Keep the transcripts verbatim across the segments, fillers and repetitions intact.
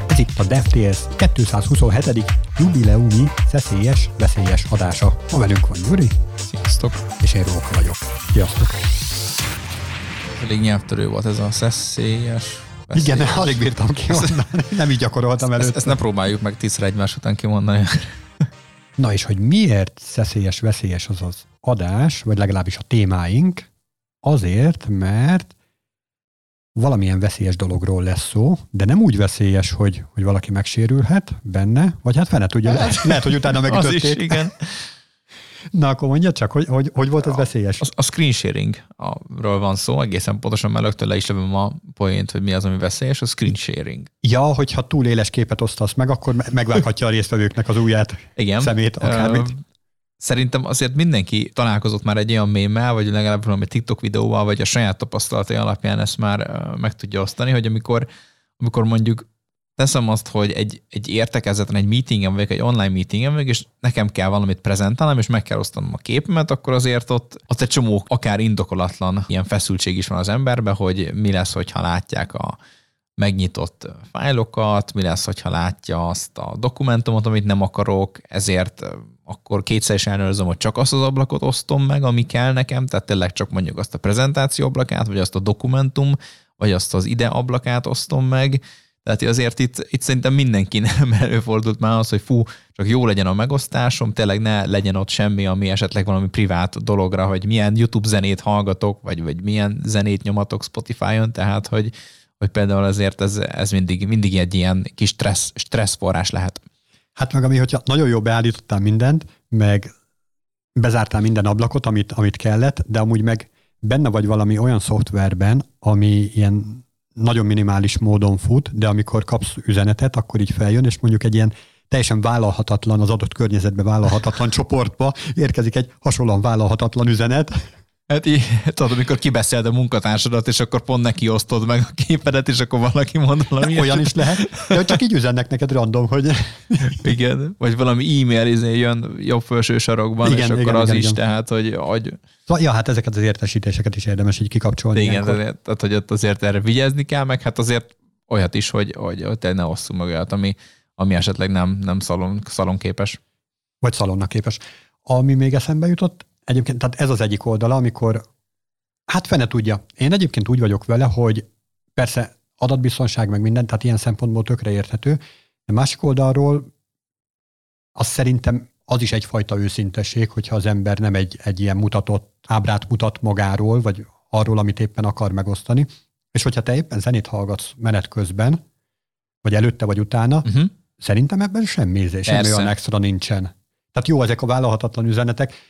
Ez itt a DevTales kétszázhuszonhetedik jubileumi szeszélyes, veszélyes adása. Ma velünk van Gyuri. Sziasztok. És én Róka vagyok. Sziasztok. Elég nyelvtörő volt ez a szeszélyes. Igen, alig bírtam kimondani. Nem így gyakoroltam előtt. Ezt, ezt ne próbáljuk meg tízszer egymás után kimondani. Na és hogy miért szeszélyes, veszélyes az az adás, vagy legalábbis a témáink? Azért, mert valamilyen veszélyes dologról lesz szó, de nem úgy veszélyes, hogy, hogy valaki megsérülhet benne, vagy hát fene tudja, lehet, lehet hogy utána megütötték. Az is, igen. Na akkor mondja csak, hogy, hogy, hogy volt ez a, veszélyes? A, a screen sharingról van szó, egészen pontosan, mert rögtön le is lövöm a poént, hogy mi az, ami veszélyes, a screen sharing. Ja, hogyha túl éles képet osztasz meg, akkor megvághatja a résztvevőknek az ujját, igen. szemét, akármit. Uh, Szerintem azért mindenki találkozott már egy olyan mémmel, vagy legalább valami TikTok videóval, vagy a saját tapasztalatai alapján ezt már meg tudja osztani, hogy amikor, amikor mondjuk teszem azt, hogy egy, egy értekezleten, egy meetingen vagyok, egy online meetingen vagyok, és nekem kell valamit prezentálnom, és meg kell osztanom a képemet, akkor azért ott, ott egy csomó akár indokolatlan ilyen feszültség is van az emberben, hogy mi lesz, hogyha látják a megnyitott fájlokat, mi lesz, hogyha látja azt a dokumentumot, amit nem akarok, ezért akkor kétszer is ellenőrzöm, hogy csak azt az ablakot osztom meg, ami kell nekem, tehát tényleg csak mondjuk azt a prezentáció ablakát, vagy azt a dokumentum, vagy azt az ide ablakát osztom meg. Tehát azért itt, itt szerintem mindenki nem előfordult már az, hogy fú, csak jó legyen a megosztásom, tényleg ne legyen ott semmi, ami esetleg valami privát dologra, hogy milyen YouTube zenét hallgatok, vagy, vagy milyen zenét nyomatok Spotify-on, tehát hogy, hogy például azért ez, ez mindig, mindig egy ilyen kis stressz, stressz forrás lehet. Hát meg ami, hogyha nagyon jól beállítottál mindent, meg bezártál minden ablakot, amit, amit kellett, de amúgy meg benne vagy valami olyan szoftverben, ami ilyen nagyon minimális módon fut, de amikor kapsz üzenetet, akkor így feljön, és mondjuk egy ilyen teljesen vállalhatatlan, az adott környezetbe vállalhatatlan csoportba érkezik egy hasonlóan vállalhatatlan üzenet. Hát így, tudod, amikor kibeszéled a munkatársadat, és akkor pont neki osztod meg a képedet, és akkor valaki mond valami. Olyan is lehet. Ja, csak így üzennek neked random, hogy... Igen, vagy valami e-mail izé jön jobb felső sarokban, igen, és akkor igen, az igen, is, igen. Tehát, hogy... hogy... Ja, hát ezeket az értesítéseket is érdemes így kikapcsolni. Igen, azért, tehát, hogy ott azért erre vigyázni kell, meg hát azért olyat is, hogy, hogy, hogy ne osszunk meg olyat, ami, ami esetleg nem, nem szalon, szalonképes. Vagy szalonnak képes. Ami még eszembe jutott, egyébként, tehát ez az egyik oldala, amikor, hát fene tudja. Én egyébként úgy vagyok vele, hogy persze adatbiztonság meg minden, tehát ilyen szempontból tökre érthető, de másik oldalról az szerintem az is egyfajta őszintesség, hogyha az ember nem egy, egy ilyen mutatott ábrát mutat magáról, vagy arról, amit éppen akar megosztani, és hogyha te éppen zenét hallgatsz menet közben, vagy előtte, vagy utána, uh-huh. szerintem ebben semmi, semmi olyan extra nincsen. Tehát jó, ezek a vállalhatatlan üzenetek,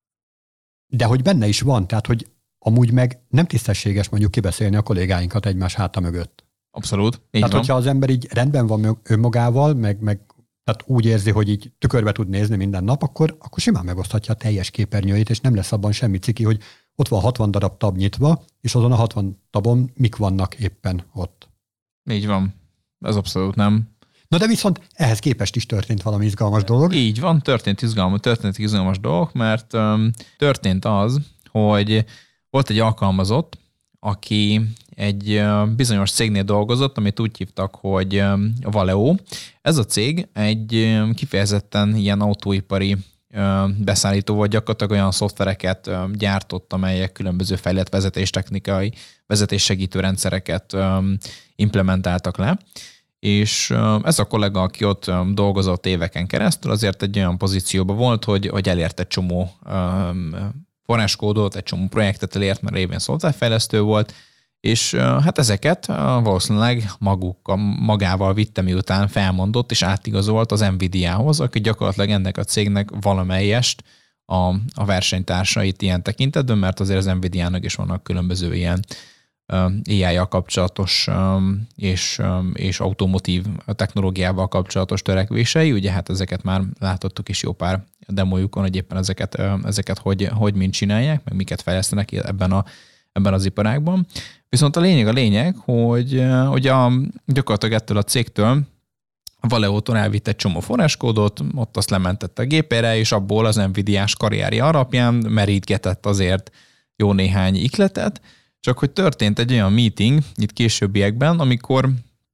de hogy benne is van, tehát hogy amúgy meg nem tisztességes mondjuk kibeszélni a kollégáinkat egymás háta mögött. Abszolút. Így tehát van. hogyha az ember így rendben van önmagával, meg, meg tehát úgy érzi, hogy így tükörbe tud nézni minden nap, akkor, akkor simán megoszthatja a teljes képernyőjét, és nem lesz abban semmi ciki, hogy ott van hatvan darab tab nyitva, és azon a hatvan tabon mik vannak éppen ott. Így van. Ez abszolút nem. Na de viszont ehhez képest is történt valami izgalmas dolog. Így van, történt izgalmas, történt izgalmas dolog, mert um, történt az, hogy volt egy alkalmazott, aki egy uh, bizonyos cégnél dolgozott, amit úgy hívtak, hogy um, Valeo. Ez a cég egy um, kifejezetten ilyen autóipari uh, beszállító volt, gyakorlatilag olyan szoftvereket um, gyártott, amelyek különböző fejlett vezetéstechnikai, vezetéssegítő rendszereket um, implementáltak le. És ez a kollega, aki ott dolgozott éveken keresztül, azért egy olyan pozícióban volt, hogy, hogy elért egy csomó forráskódot, egy csomó projektet elért, mert révén szoftverfejlesztő volt, és hát ezeket valószínűleg maguk, magával vitte, miután felmondott és átigazolt az Nvidiához, aki gyakorlatilag ennek a cégnek valamelyest a, a versenytársait ilyen tekintetben, mert azért az Nvidiának is vannak különböző ilyen á í-jal kapcsolatos és, és automotív technológiával kapcsolatos törekvései. Ugye hát ezeket már látottuk is jó pár demójukon, hogy éppen ezeket, ezeket hogy, hogy mind csinálják, meg miket fejlesztenek ebben, a, ebben az iparágban. Viszont a lényeg a lényeg, hogy, hogy a, gyakorlatilag ettől a cégtől a Valeo-tól elvitt egy csomó forráskódot, ott azt lementette a gépére, és abból az Nvidia-s karrierje alapján merítgetett azért jó néhány ikletet, csak hogy történt egy olyan meeting itt későbbiekben, amikor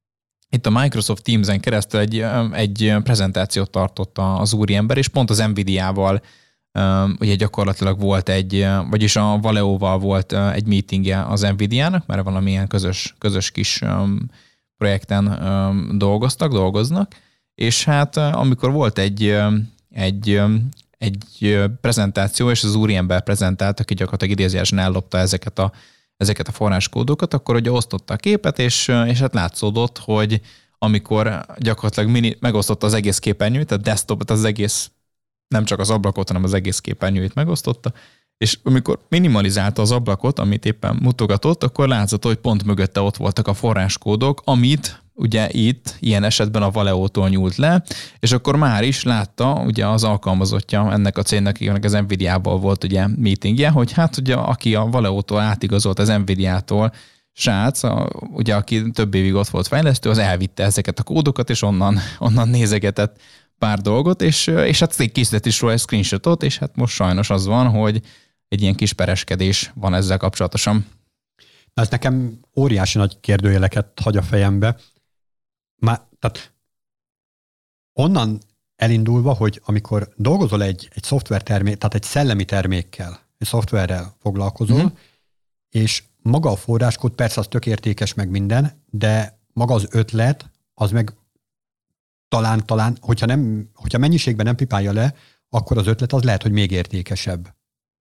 itt a Microsoft Teams-en keresztül egy, egy prezentációt tartott az úriember, és pont az Nvidia-val ugye gyakorlatilag volt egy, vagyis a Valeo-val volt egy meetingje az Nvidia-nak, mert valamilyen közös, közös kis projekten dolgoztak, dolgoznak, és hát amikor volt egy, egy, egy prezentáció, és az úriember prezentált, aki gyakorlatilag idézőjelesen ellopta ezeket a, ezeket a forráskódokat, akkor ugye osztotta a képet, és, és hát látszódott, hogy amikor gyakorlatilag mini, megosztotta az egész képernyőt, tehát desktopot, az egész, nem csak az ablakot, hanem az egész képernyőt megosztotta, és amikor minimalizálta az ablakot, amit éppen mutogatott, akkor látszott, hogy pont mögötte ott voltak a forráskódok, amit ugye itt, ilyen esetben a Valeo-tól nyúlt le, és akkor már is látta ugye az alkalmazottja ennek a cégnek, akinek az Nvidia-ból volt ugye meetingje, hogy hát ugye aki a Valeo-tól átigazolt az Nvidia-tól, srác, a, ugye aki több évig ott volt fejlesztő, az elvitte ezeket a kódokat, és onnan, onnan nézegetett pár dolgot, és, és hát készített is róla egy screenshotot, és hát most sajnos az van, hogy egy ilyen kis pereskedés van ezzel kapcsolatosan. Ez nekem óriási nagy kérdőjeleket hagy a fejembe. Már, tehát onnan elindulva, hogy amikor dolgozol egy, egy szoftvertermék, tehát egy szellemi termékkel, egy szoftverrel foglalkozol, uh-huh. és maga a forráskód, persze az tök értékes meg minden, de maga az ötlet, az meg talán, talán, hogyha, nem, hogyha mennyiségben nem pipálja le, akkor az ötlet az lehet, hogy még értékesebb.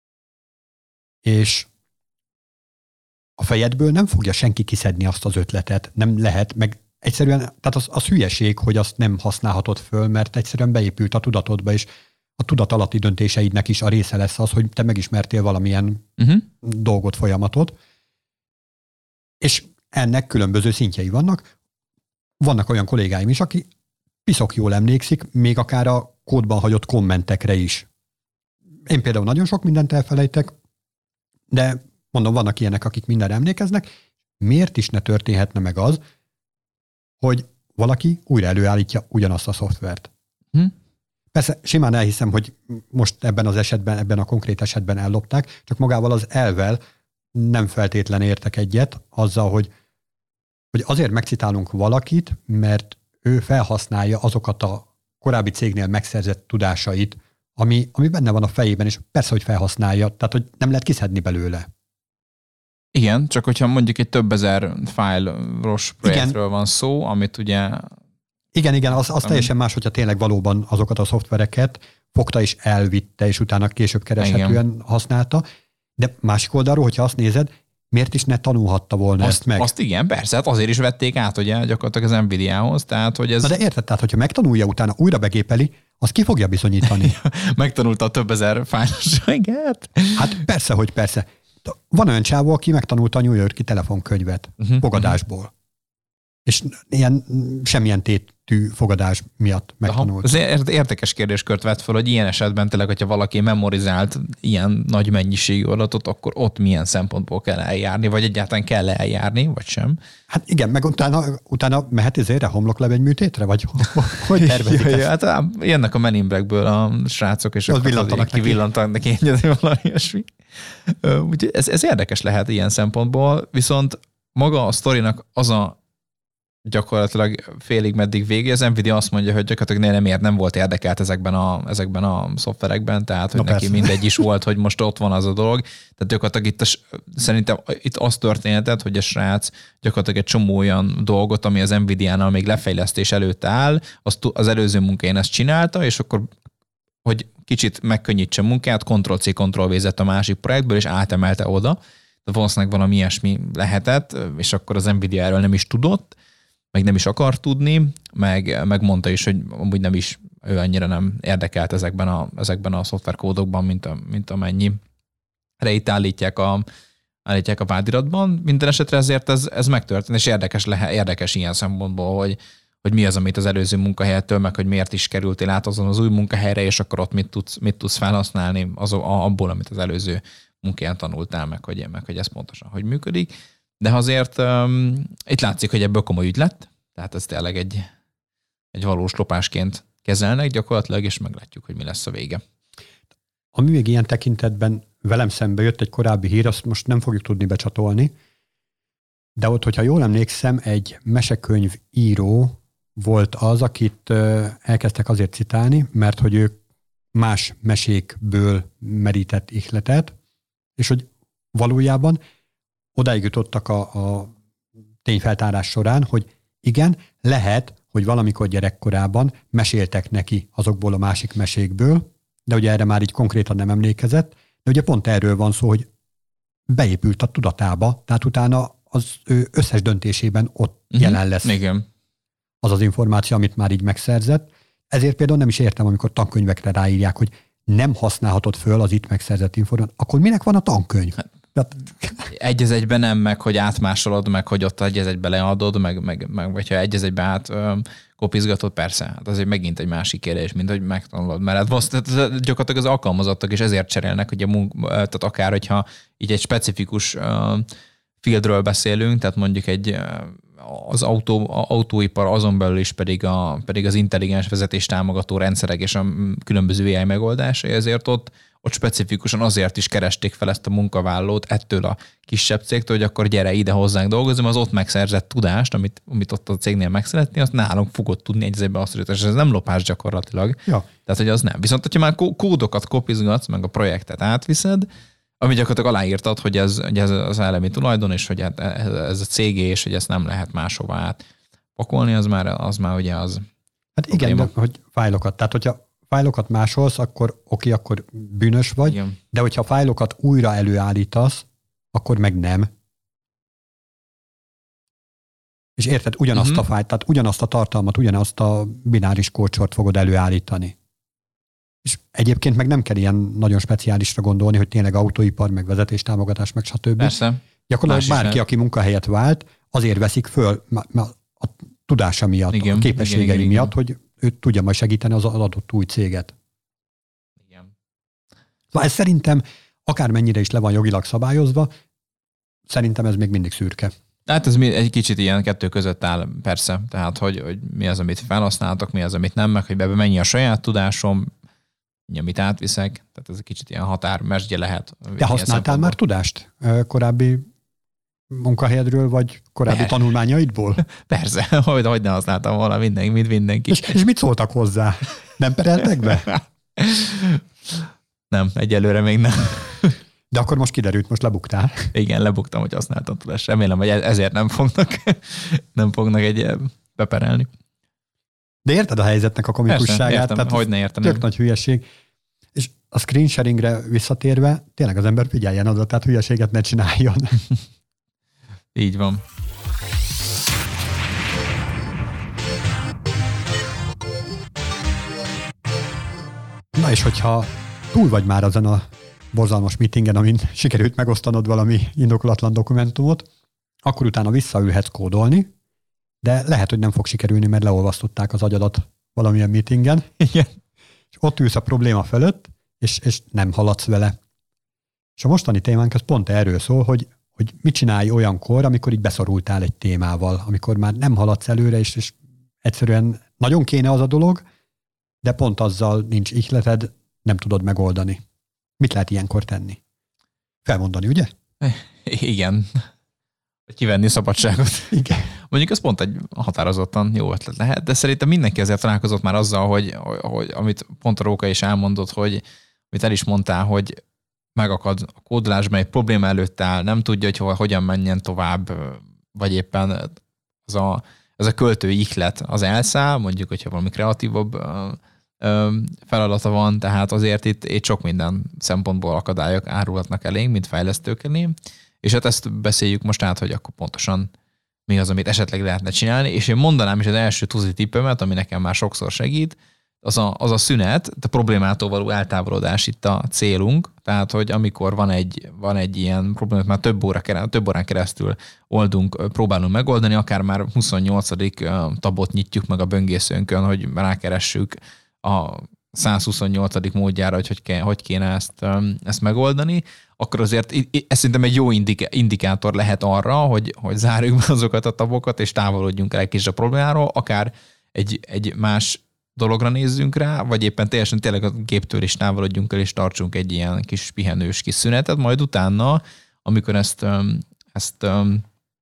És a fejedből nem fogja senki kiszedni azt az ötletet, nem lehet, meg egyszerűen, tehát az, az hülyeség, hogy azt nem használhatod föl, mert egyszerűen beépült a tudatodba, és a tudatalatti döntéseidnek is a része lesz az, hogy te megismertél valamilyen uh-huh. dolgot, folyamatot, és ennek különböző szintjei vannak. Vannak olyan kollégáim is, aki piszok jól emlékszik, még akár a kódban hagyott kommentekre is. Én például nagyon sok mindent elfelejtek, de mondom, vannak ilyenek, akik mindenre emlékeznek. Miért is ne történhetne meg az, hogy valaki újra előállítja ugyanazt a szoftvert? Hm? Persze simán elhiszem, hogy most ebben az esetben, ebben a konkrét esetben ellopták, csak magával az elvvel nem feltétlen értek egyet azzal, hogy, hogy azért megcitálunk valakit, mert ő felhasználja azokat a korábbi cégnél megszerzett tudásait, ami, ami benne van a fejében, és persze, hogy felhasználja, tehát hogy nem lehet kiszedni belőle. Igen, csak hogyha mondjuk egy több ezer fájlos projektről van szó, amit ugye... Igen, igen, az, az teljesen más, hogyha tényleg valóban azokat a szoftvereket fogta és elvitte, és utána később kereshetően igen. használta, de másik oldalról, hogyha azt nézed, miért is ne tanulhatta volna azt, ezt meg? Azt igen, persze, hát azért is vették át, ugye, gyakorlatilag az Nvidia-hoz, tehát, hogy ez... Na de érted, tehát, hogyha megtanulja, utána újra begépeli, az ki fogja bizonyítani? Megtanulta a több ezer fájlosságet? Hát persze, hogy persze. Van olyan csávó, aki megtanulta a New York-i telefonkönyvet uh-huh, fogadásból. Uh-huh. És ilyen semmilyen tétű fogadás miatt megtanult. Ez érdekes kérdéskört vett fel, hogy ilyen esetben tényleg, hogyha valaki memorizált ilyen nagy mennyiségű adatot, akkor ott milyen szempontból kell eljárni, vagy egyáltalán kell eljárni, vagy sem? Hát igen, meg utána, utána mehet ezért a homloklevény műtétre, vagy hogy tervezik ezt? Hát ám, jönnek a Men in Blackből a srácok, és akkor villantanak neki. Kivillantanak neki egyet, valami ilyesmi. Úgyhogy ez, ez érdekes lehet ilyen szempontból, viszont maga a sztorinak az a gyakorlatilag félig meddig végig. Az Nvidia azt mondja, hogy gyakorlatilag nem ért, nem volt érdekelt ezekben a, ezekben a szoftverekben, tehát hogy no, neki persze. mindegy is volt, hogy most ott van az a dolog. Tehát gyakorlatilag itt a, szerintem itt az történetet, hogy a srác gyakorlatilag egy csomó olyan dolgot, ami az Nvidia-nál még lefejlesztés előtt áll, az, az előző munkáján ezt csinálta, és akkor hogy kicsit megkönnyítse munkát, Ctrl-C, Ctrl-V-zett a másik projektből, és átemelte oda. De valószínűleg valami ilyesmi lehetett, és akkor az Nvidia erről nem is tudott, meg nem is akar tudni, meg, meg mondta is, hogy amúgy nem is, ő annyira nem érdekelt ezekben a, ezekben a szoftverkódokban, mint, a, mint amennyi itt állítják a, állítják a vádiratban. Minden esetre ezért ez, ez megtörtént, és érdekes, lehet, érdekes ilyen szempontból, hogy, hogy mi az, amit az előző munkahelytől, meg hogy miért is kerültél át azon az új munkahelyre, és akkor ott mit tudsz, mit tudsz felhasználni az, abból, amit az előző munkáján tanultál, meg hogy, meg hogy ez pontosan hogy működik. De azért um, itt látszik, hogy ebből komoly ügy lett, tehát ez tényleg egy, egy valós lopásként kezelnek gyakorlatilag, és meglátjuk, hogy mi lesz a vége. Ami még ilyen tekintetben velem szembe jött egy korábbi hír, azt most nem fogjuk tudni becsatolni, De ott, hogyha jól emlékszem, egy mesekönyv író volt az, akit elkezdtek azért citálni, mert hogy ők más mesékből merített ihletet, és hogy valójában odáig jutottak a, a tényfeltárás során, hogy igen, lehet, hogy valamikor gyerekkorában meséltek neki azokból a másik mesékből, de ugye erre már így konkrétan nem emlékezett, de ugye pont erről van szó, hogy beépült a tudatába, tehát utána az ő összes döntésében ott uh-huh. jelen lesz Igen. az az információ, amit már így megszerzett. Ezért például nem is értem, amikor tankönyvekre ráírják, hogy nem használhatod föl az itt megszerzett információt, akkor minek van a tankönyv? Hát, egy az egyben nem, meg hogy átmásolod, meg hogy ott egy az egybe leadod, meg, meg, meg vagy ha egy az egybe át ö, kopizgatod, persze, hát azért megint egy másik kérdés, mint hogy megtanulod, mert hát most gyakorlatilag az alkalmazottak is ezért cserélnek, hogy a munk, tehát akár, hogyha így egy specifikus ö, fieldről beszélünk, tehát mondjuk egy az autó, autóipar, azon belül is pedig, a, pedig az intelligens vezetés támogató rendszerek és a különböző á i megoldásai, ezért ott, ott specifikusan azért is keresték fel ezt a munkavállalót ettől a kisebb cégtől, hogy akkor gyere ide hozzánk dolgozni, az ott megszerzett tudást, amit, amit ott a cégnél megszeretni, azt nálunk fogod tudni egy ezében azt, hogy ez nem lopás gyakorlatilag. Ja. Tehát, hogy az nem. Viszont, hogyha már kódokat kopizgatsz, meg a projektet átviszed, ami gyakorlatilag aláírtad, hogy ez, hogy ez az elemi tulajdon, és hogy ez a cégé, és hogy ezt nem lehet máshova átpakolni, az már, az már ugye az... Hát igen, de, hogy fájlokat. Tehát, hogyha fájlokat másolsz, akkor oké, akkor bűnös vagy, igen. De hogyha fájlokat újra előállítasz, akkor meg nem. És érted, ugyanazt uh-huh. a fájlt, tehát ugyanazt a tartalmat, ugyanazt a bináris kódsort fogod előállítani. És egyébként meg nem kell ilyen nagyon speciálisra gondolni, hogy tényleg autóipar, meg vezetéstámogatás, meg stb. Persze. Gyakorlatilag bárki, aki munkahelyet vált, azért veszik föl a tudása miatt, igen, a képességei igen, igen, miatt, igen. Hogy ő tudja majd segíteni az adott új céget. Igen. Szóval ez szerintem akármennyire is le van jogilag szabályozva, szerintem ez még mindig szürke. Hát ez egy kicsit ilyen kettő között áll, persze. Tehát, hogy, hogy mi az, amit felhasználtak, mi az, amit nem, meg hogy ebbe mennyi a saját tudásom, amit átviszek, tehát ez egy kicsit ilyen határmesdje lehet. Te használtál már tudást korábbi munkahelyedről, vagy korábbi Persze. tanulmányaidból? Persze, hogy, hogy ne használtam volna mindenki, mint mindenki. És, és mit szóltak hozzá? Nem pereltek be? Nem, egyelőre még nem. De akkor most kiderült, most lebuktál. Igen, lebuktam, hogy használtam tudást. Remélem, hogy ezért nem fognak, nem fognak egy beperelni. De érted a helyzetnek a komikusságát? Értem, hogy ne érteném. Tök nagy hülyeség. És a screen sharingre visszatérve, tényleg az ember figyeljen oda, tehát hülyeséget ne csináljon. Így van. Na és hogyha túl vagy már azon a borzalmas meetingen, amin sikerült megosztanod valami indokolatlan dokumentumot, akkor utána visszaülhetsz kódolni, de lehet, hogy nem fog sikerülni, mert leolvasztották az agyadat valamilyen meetingen. Igen. És ott ülsz a probléma fölött, és, és nem haladsz vele. És a mostani témánk az pont erről szól, hogy, hogy mit csinálj olyankor, amikor így beszorultál egy témával, amikor már nem haladsz előre, és, és egyszerűen nagyon kéne az a dolog, de pont azzal nincs ihleted, nem tudod megoldani. Mit lehet ilyenkor tenni? Felmondani, ugye? Igen. Kivenni szabadságot. Igen. Mondjuk ez pont egy határozottan jó ötlet lehet, de szerintem mindenki azért találkozott már azzal, hogy, hogy amit pont a Róka is elmondott, hogy amit el is mondtál, hogy megakad a kódolásban, egy probléma előtt áll, nem tudja, hogy hova, hogyan menjen tovább, vagy éppen az a, az a költői ihlet az elszáll, mondjuk, hogyha valami kreatívabb feladata van, tehát azért itt, itt sok minden szempontból akadályok árulhatnak elénk, mint fejlesztők elé, és hát ezt beszéljük most át, hogy akkor pontosan mi az, amit esetleg lehetne csinálni, és én mondanám is az első tuzi tippemet, ami nekem már sokszor segít, az a, az a szünet, a problémától való eltávolodás itt a célunk, tehát, hogy amikor van egy, van egy ilyen problémát, már több, óra, több órán keresztül oldunk, próbálunk megoldani, akár már huszonnyolcadik tabot nyitjuk meg a böngészőnkön, hogy rákeressük a százhuszonnyolcadik módjára, hogy hogy, kell, hogy kéne ezt, ezt megoldani, akkor azért ez szerintem egy jó indikátor lehet arra, hogy, hogy zárjuk be azokat a tabokat, és távolodjunk el egy kis a problémáról, akár egy, egy más dologra nézzünk rá, vagy éppen teljesen tényleg a géptől is távolodjunk el, és tartsunk egy ilyen kis pihenős kis szünetet, majd utána, amikor ezt, ezt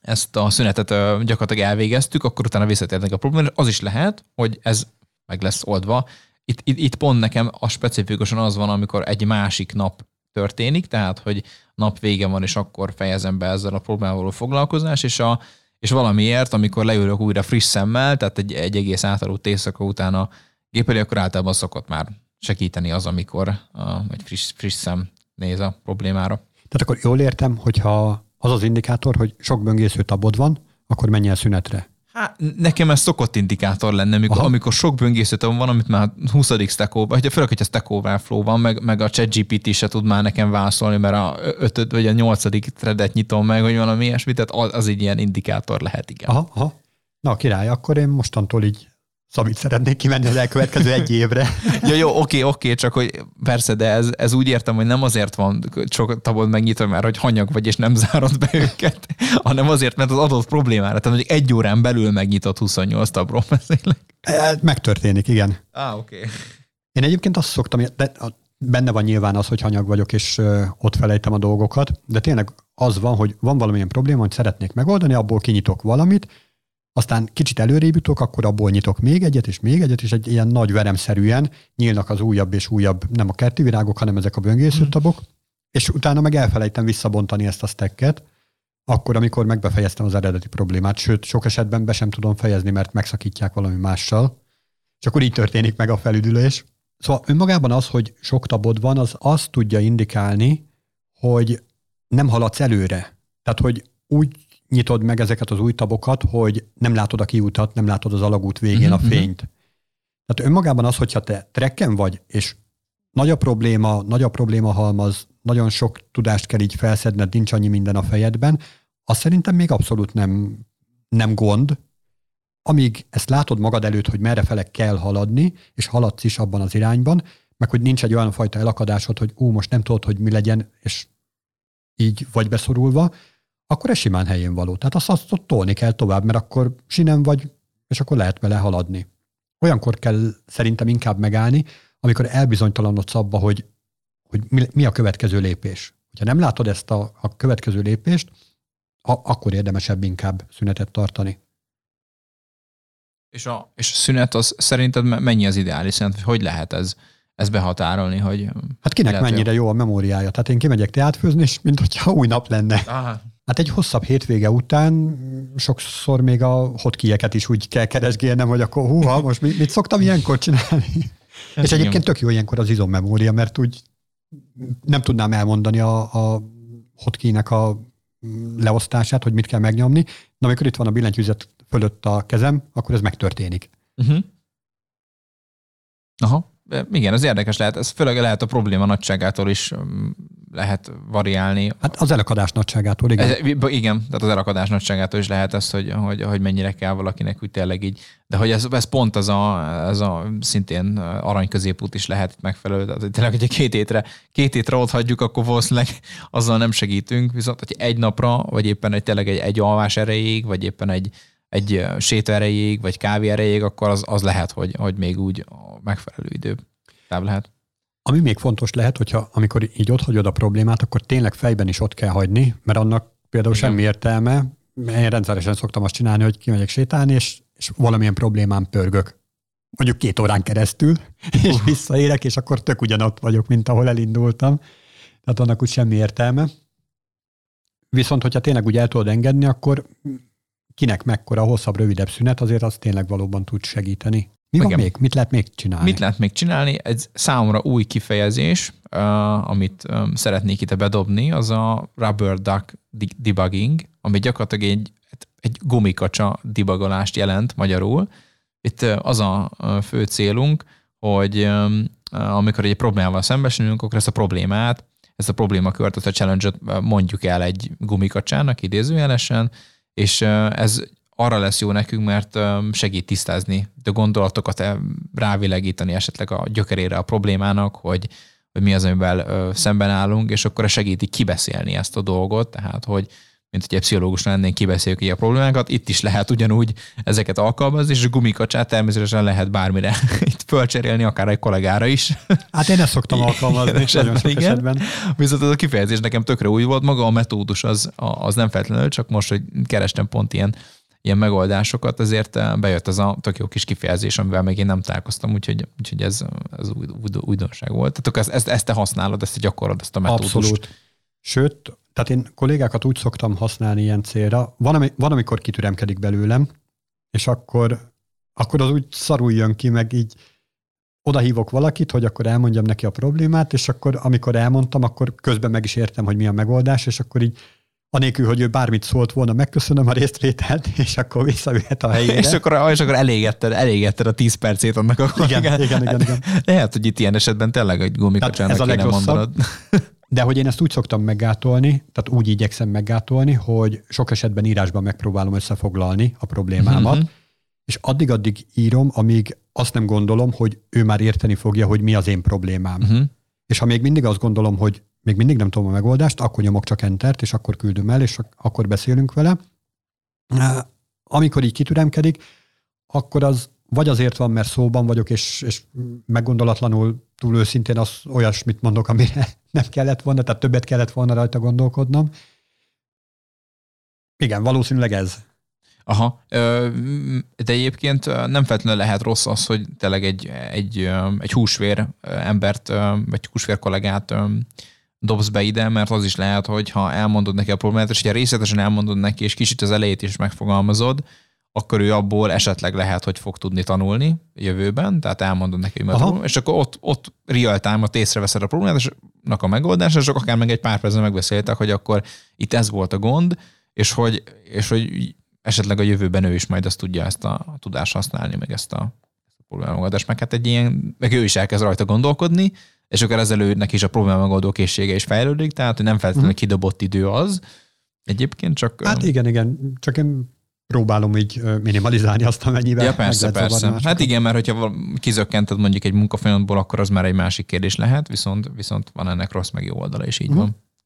ezt a szünetet gyakorlatilag elvégeztük, akkor utána visszatérnek a probléma, az is lehet, hogy ez meg lesz oldva. Itt, itt, itt pont nekem a specifikusan az van, amikor egy másik nap történik, tehát, hogy nap vége van, és akkor fejezem be ezzel a problémával való foglalkozás, és, a, és valamiért, amikor leülök újra friss szemmel, tehát egy, egy egész átaludt éjszaka után a gép elé, akkor általában szokott már segíteni az, amikor a, egy friss, friss szem néz a problémára. Tehát akkor jól értem, hogyha az az indikátor, hogy sok böngésző tabod van, akkor menj el szünetre. Hát nekem ez szokott indikátor lenne, amikor, amikor sok böngészőtöm van, amit már huszadik Stack Overflow, vagy főleg, hogyha Stack Overflow van, meg, meg a ChatGPT se tud már nekem válaszolni, mert a ötöd vagy a nyolcadik threadet nyitom meg, vagy valami ilyesmi, tehát az, az egy ilyen indikátor lehet, igen. Aha, aha. Na király, akkor én mostantól így Szabit szeretnék kimenni az elkövetkező egy évre. Ja, jó, oké, oké, csak hogy persze, de ez, ez úgy értem, hogy nem azért van sok tabod megnyitva, mert hogy hanyag vagy, és nem zárod be őket, hanem azért, mert az adott problémára, tehát mondjuk egy órán belül megnyitott huszonnyolc tabról beszélek. Megtörténik, igen. Á, oké. Okay. Én egyébként azt szoktam, de benne van nyilván az, hogy hanyag vagyok, és ott felejtem a dolgokat, de tényleg az van, hogy van valamilyen probléma, hogy szeretnék megoldani, abból kinyitok valamit, aztán kicsit előrébb jutok, akkor abból nyitok még egyet, és még egyet, és egy ilyen nagy veremszerűen nyílnak az újabb és újabb, nem a kerti virágok, hanem ezek a böngészőtabok, hmm. és utána meg elfelejtem visszabontani ezt a stacket, akkor, amikor megbefejeztem az eredeti problémát, sőt, sok esetben be sem tudom fejezni, mert megszakítják valami mással, és akkor így történik meg a felüdülés. Szóval önmagában az, hogy sok tabod van, az azt tudja indikálni, hogy nem haladsz előre. Tehát, hogy úgy nyitod meg ezeket az új tabokat, hogy nem látod a kiutat, nem látod az alagút végén mm-hmm. a fényt. Tehát önmagában az, hogyha te trekken vagy, és nagy a probléma, nagy a probléma halmaz, nagyon sok tudást kell így felszedned, nincs annyi minden a fejedben, az szerintem még abszolút nem, nem gond, amíg ezt látod magad előtt, hogy merre fele kell haladni, és haladsz is abban az irányban, meg hogy nincs egy olyan fajta elakadásod, hogy ú, most nem tudod, hogy mi legyen, és így vagy beszorulva, akkor ez simán helyén való. Tehát azt, azt ott tolni kell tovább, mert akkor sinem vagy, és akkor lehet vele haladni. Olyankor kell szerintem inkább megállni, amikor elbizonytalanodsz abba, hogy, hogy mi, mi a következő lépés. Ha nem látod ezt a, a következő lépést, a, akkor érdemesebb inkább szünetet tartani. És a, és a szünet az szerinted mennyi az ideális szünet? Hogy lehet ez, ez behatárolni? Hogy hát kinek lehet, mennyire jó a memóriája? Tehát én kimegyek teátfőzni, és mint hogyha új nap lenne. Aha. Hát egy hosszabb hétvége után sokszor még a hotkeyeket is úgy kell keresgélnem, hogy akkor húha, most mit, mit szoktam ilyenkor csinálni? Ez és egyébként tök jó ilyenkor az izommemória, mert úgy nem tudnám elmondani a, a hotkeynek a leosztását, hogy mit kell megnyomni, de amikor itt van a billentyűzet fölött a kezem, akkor ez megtörténik. Uh-huh. Aha. Igen, ez érdekes lehet. Ez főleg lehet a probléma nagyságától is lehet variálni. Hát az elakadás nagyságától, igen. Ez, igen, tehát az elakadás nagyságától is lehet ez, hogy, hogy, hogy mennyire kell valakinek úgy tényleg így. De hogy ez, ez pont az a, ez a szintén arany középút is lehet megfelelő. Tehát tényleg, hogyha két hétre, két hétre ott hagyjuk, akkor valószínűleg azzal nem segítünk. Viszont, hogy egy napra, vagy éppen egy, tényleg egy, egy alvás erejéig, vagy éppen egy, egy séta erejéig, vagy kávé erejéig, akkor az, az lehet, hogy, hogy még úgy megfelelő idő táv lehet. Ami még fontos lehet, hogyha amikor így ott hagyod a problémát, akkor tényleg fejben is ott kell hagyni, mert annak például igen. semmi értelme. Én rendszeresen szoktam azt csinálni, hogy kimegyek sétálni, és, és valamilyen problémán pörgök. Mondjuk két órán keresztül, és uh. visszaérek, és akkor tök ugyanott vagyok, mint ahol elindultam. Tehát annak úgy semmi értelme. Viszont, hogyha tényleg úgy el tudod engedni, akkor kinek mekkora hosszabb, rövidebb szünet, azért az tényleg valóban tud segíteni. Mi van még? Mit lehet még csinálni? Mit lehet még csinálni? Egy számomra új kifejezés, uh, amit um, szeretnék itt bedobni, az a rubber duck debugging, ami gyakorlatilag egy, egy gumikacsa debugolást jelent magyarul. Itt uh, az a uh, fő célunk, hogy um, uh, amikor egy problémával szembesülünk, akkor ezt a problémát, ezt a problémakört, ezt a challenge-ot mondjuk el egy gumikacsának idézőjelesen, és uh, ez arra lesz jó nekünk, mert segít tisztázni a gondolatokat, rávilágítani esetleg a gyökerére a problémának, hogy, hogy mi az, amivel szemben állunk, és akkor segíti kibeszélni ezt a dolgot, tehát hogy mint hogy egy pszichológus lennénk, kibeszéljük így a problémákat. Itt is lehet ugyanúgy ezeket alkalmazni, és a gumikacsát természetesen lehet bármire itt fölcserélni, akár egy kollégára is. Hát én ezt szoktam alkalmazni, nagyon sok igen. esetben. Viszont ez a kifejezés nekem tökre új volt, maga a metódus az, az nem feltétlenül, csak most, hogy kerestem pont ilyen, ilyen megoldásokat, ezért bejött az a tök jó kis kifejezés, amivel még én nem találkoztam, úgyhogy, úgyhogy ez, ez új, új, újdonság volt. Tehát ezt, ezt, ezt te használod, ezt te gyakorlod, ezt a metódust. Abszolút. Sőt, tehát én kollégákat úgy szoktam használni ilyen célra, van, ami, van amikor kitüremkedik belőlem, és akkor, akkor az úgy szarul jön ki, meg így odahívok valakit, hogy akkor elmondjam neki a problémát, és akkor amikor elmondtam, akkor közben meg is értem, hogy mi a megoldás, és akkor így anélkül, hogy ő bármit szólt volna, megköszönöm a résztvételt, és akkor visszavihet a helyére. és akkor, és akkor elégetted, elégetted a tíz percét annak a igen, igen, igen, igen, igen. Lehet, hogy itt ilyen esetben tényleg egy gumikacsának kéne mondanod. De hogy én ezt úgy szoktam meggátolni, tehát úgy igyekszem meggátolni, hogy sok esetben írásban megpróbálom összefoglalni a problémámat, uh-huh. és addig-addig írom, amíg azt nem gondolom, hogy ő már érteni fogja, hogy mi az én problémám. Uh-huh. És ha még mindig azt gondolom, hogy még mindig nem tudom a megoldást, akkor nyomok csak entert, és akkor küldöm el, és akkor beszélünk vele. Amikor így kitüremkedik, akkor az vagy azért van, mert szóban vagyok, és, és meggondolatlanul túl őszintén az olyasmit mondok, amire nem kellett volna, tehát többet kellett volna rajta gondolkodnom. Igen, valószínűleg ez. Aha, de egyébként nem feltétlenül lehet rossz az, hogy tényleg egy, egy, egy húsvér embert, vagy húsvér kollégát dobsz be ide, mert az is lehet, hogy ha elmondod neki a problémát, és ha részletesen elmondod neki, és kicsit az elejét is megfogalmazod, akkor ő abból esetleg lehet, hogy fog tudni tanulni jövőben, tehát elmondod neki, hogy és akkor ott, ott real time-ot észreveszed a problémának a megoldása, és akkor akár meg egy pár percben megbeszéltek, hogy akkor itt ez volt a gond, és hogy, és hogy esetleg a jövőben ő is majd azt tudja ezt a tudást használni, meg ezt a, a problémamegoldást, meg hát egy ilyen, meg ő is elkezd rajta gondolkodni, és akkor ezzel őnek is a problémamegoldó készsége is fejlődik, tehát hogy nem feltétlenül uh-huh. kidobott idő az. Egyébként csak... Hát igen, igen, csak én próbálom így minimalizálni azt, amennyivel. Ja, persze, persze. Hát igen, mert hogyha kizökkented mondjuk egy munkafolyamatból, akkor az már egy másik kérdés lehet, viszont, viszont van ennek rossz meg jó oldala, és így uh-huh.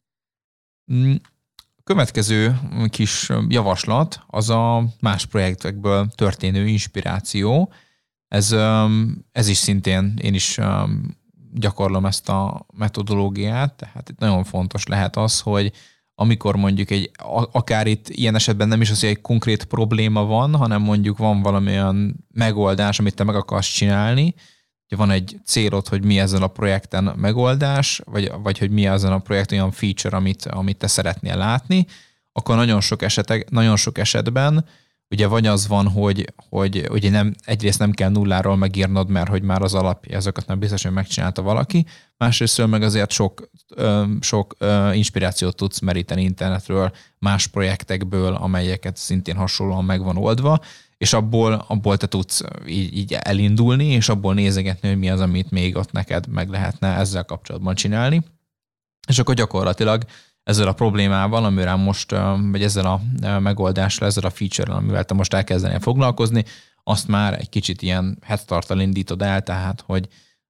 van. Következő kis javaslat az a más projektekből történő inspiráció. Ez, ez is szintén, én is gyakorlom ezt a metodológiát, tehát itt nagyon fontos lehet az, hogy amikor mondjuk egy, akár itt ilyen esetben nem is az, hogy egy konkrét probléma van, hanem mondjuk van valamilyen megoldás, amit te meg akarsz csinálni, hogy van egy célod, hogy mi ezen a projekten megoldás, vagy, vagy hogy mi ezen a projekt olyan feature, amit, amit te szeretnél látni, akkor nagyon sok, esetek, nagyon sok esetben ugye vagy az van, hogy, hogy ugye nem, egyrészt nem kell nulláról megírnod, mert hogy már az alapja, ezeket nem biztos, hogy megcsinálta valaki, másrészt meg azért sok, sok inspirációt tudsz meríteni internetről, más projektekből, amelyeket szintén hasonlóan meg van oldva, és abból, abból te tudsz így, így elindulni, és abból nézegetni, hogy mi az, amit még ott neked meg lehetne ezzel kapcsolatban csinálni. És akkor gyakorlatilag ezzel a problémával, amivel most, vagy ezzel a megoldással, ezzel a feature-rel, amivel te most elkezdenél foglalkozni, azt már egy kicsit ilyen head start-tal indítod el, tehát, hogy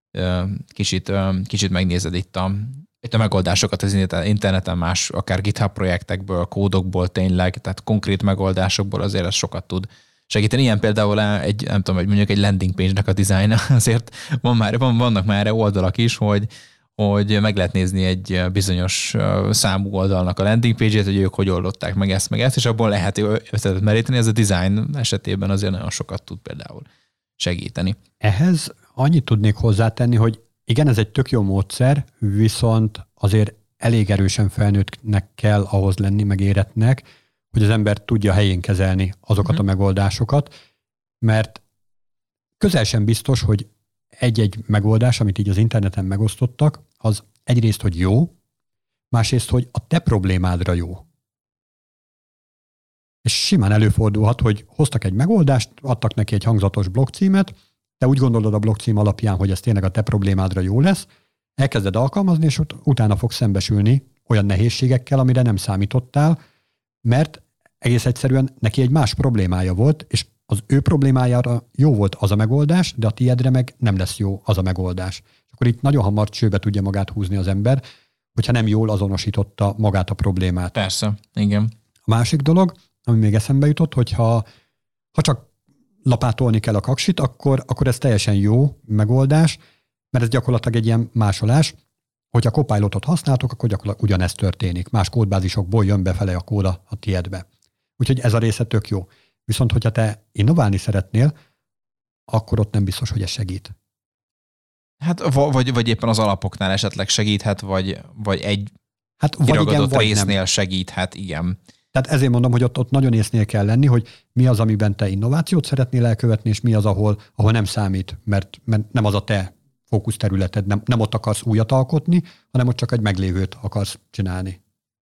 kicsit, kicsit megnézed itt a, itt a megoldásokat az interneten, más, akár GitHub projektekből, kódokból tényleg, tehát konkrét megoldásokból azért ez sokat tud segíteni. Ilyen például egy, nem tudom, hogy mondjuk egy landing page-nek a dizájn, azért van már, van, vannak már erre oldalak is, hogy hogy meg lehet nézni egy bizonyos számú oldalnak a landing page-ét, hogy ők hogy oldották meg ezt, meg ezt, és abból lehet ötletet meríteni. Ez a design esetében azért nagyon sokat tud például segíteni. Ehhez annyit tudnék hozzátenni, hogy igen, ez egy tök jó módszer, viszont azért elég erősen felnőttnek kell ahhoz lenni, meg éretnek, hogy az ember tudja helyén kezelni azokat uh-huh. a megoldásokat, mert közel sem biztos, hogy egy-egy megoldás, amit így az interneten megosztottak, az egyrészt, hogy jó, másrészt, hogy a te problémádra jó. És simán előfordulhat, hogy hoztak egy megoldást, adtak neki egy hangzatos blogcímet, te úgy gondolod a blogcím alapján, hogy ez tényleg a te problémádra jó lesz, elkezded alkalmazni, és utána fogsz szembesülni olyan nehézségekkel, amire nem számítottál, mert egész egyszerűen neki egy más problémája volt, és az ő problémájára jó volt az a megoldás, de a tiédre meg nem lesz jó az a megoldás. És akkor itt nagyon hamar csőbe tudja magát húzni az ember, hogyha nem jól azonosította magát a problémát. Persze, igen. A másik dolog, ami még eszembe jutott, hogyha ha csak lapátolni kell a kaksit, akkor, akkor ez teljesen jó megoldás, mert ez gyakorlatilag egy ilyen másolás. Hogyha Copilotot használtok, akkor gyakorlatilag ugyanez történik. Más kódbázisokból jön befele a kód a, a tiédbe. Úgyhogy ez a része tök jó. Viszont, hogyha te innoválni szeretnél, akkor ott nem biztos, hogy ez segít. Hát vagy, vagy éppen az alapoknál esetleg segíthet, vagy, vagy egy hát, vagy kiragadott igen, vagy résznél nem. segíthet, igen. Tehát ezért mondom, hogy ott, ott nagyon észnél kell lenni, hogy mi az, amiben te innovációt szeretnél elkövetni, és mi az, ahol, ahol nem számít, mert, mert nem az a te fókuszterületed, nem, nem ott akarsz újat alkotni, hanem ott csak egy meglévőt akarsz csinálni.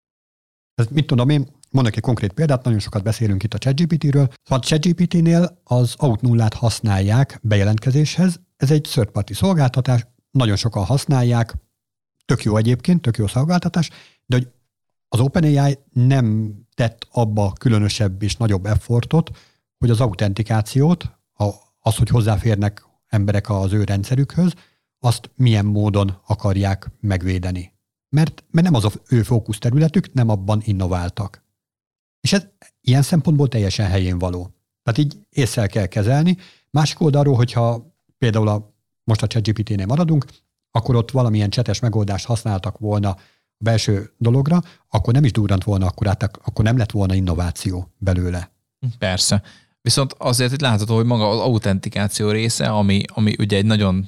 Ez mit tudom én, mondok egy konkrét példát, nagyon sokat beszélünk itt a ChatGPT-ről. A ChatGPT-nél az Out nullát használják bejelentkezéshez, ez egy third party szolgáltatás, nagyon sokan használják, tök jó egyébként, tök jó szolgáltatás, de hogy az OpenAI nem tett abba különösebb és nagyobb effortot, hogy az autentikációt, az, hogy hozzáférnek emberek az ő rendszerükhöz, azt milyen módon akarják megvédeni. Mert, mert nem az az ő fókuszterületük, nem abban innováltak. És ez ilyen szempontból teljesen helyén való. Tehát így észre kell kezelni. Másik oldalról, hogyha például a, most a ChatGPT-nél maradunk, akkor ott valamilyen csetes megoldást használtak volna a belső dologra, akkor nem is durrant volna akkorát, akkor nem lett volna innováció belőle. Persze. Viszont azért itt látható, hogy maga az autentikáció része, ami, ami ugye egy nagyon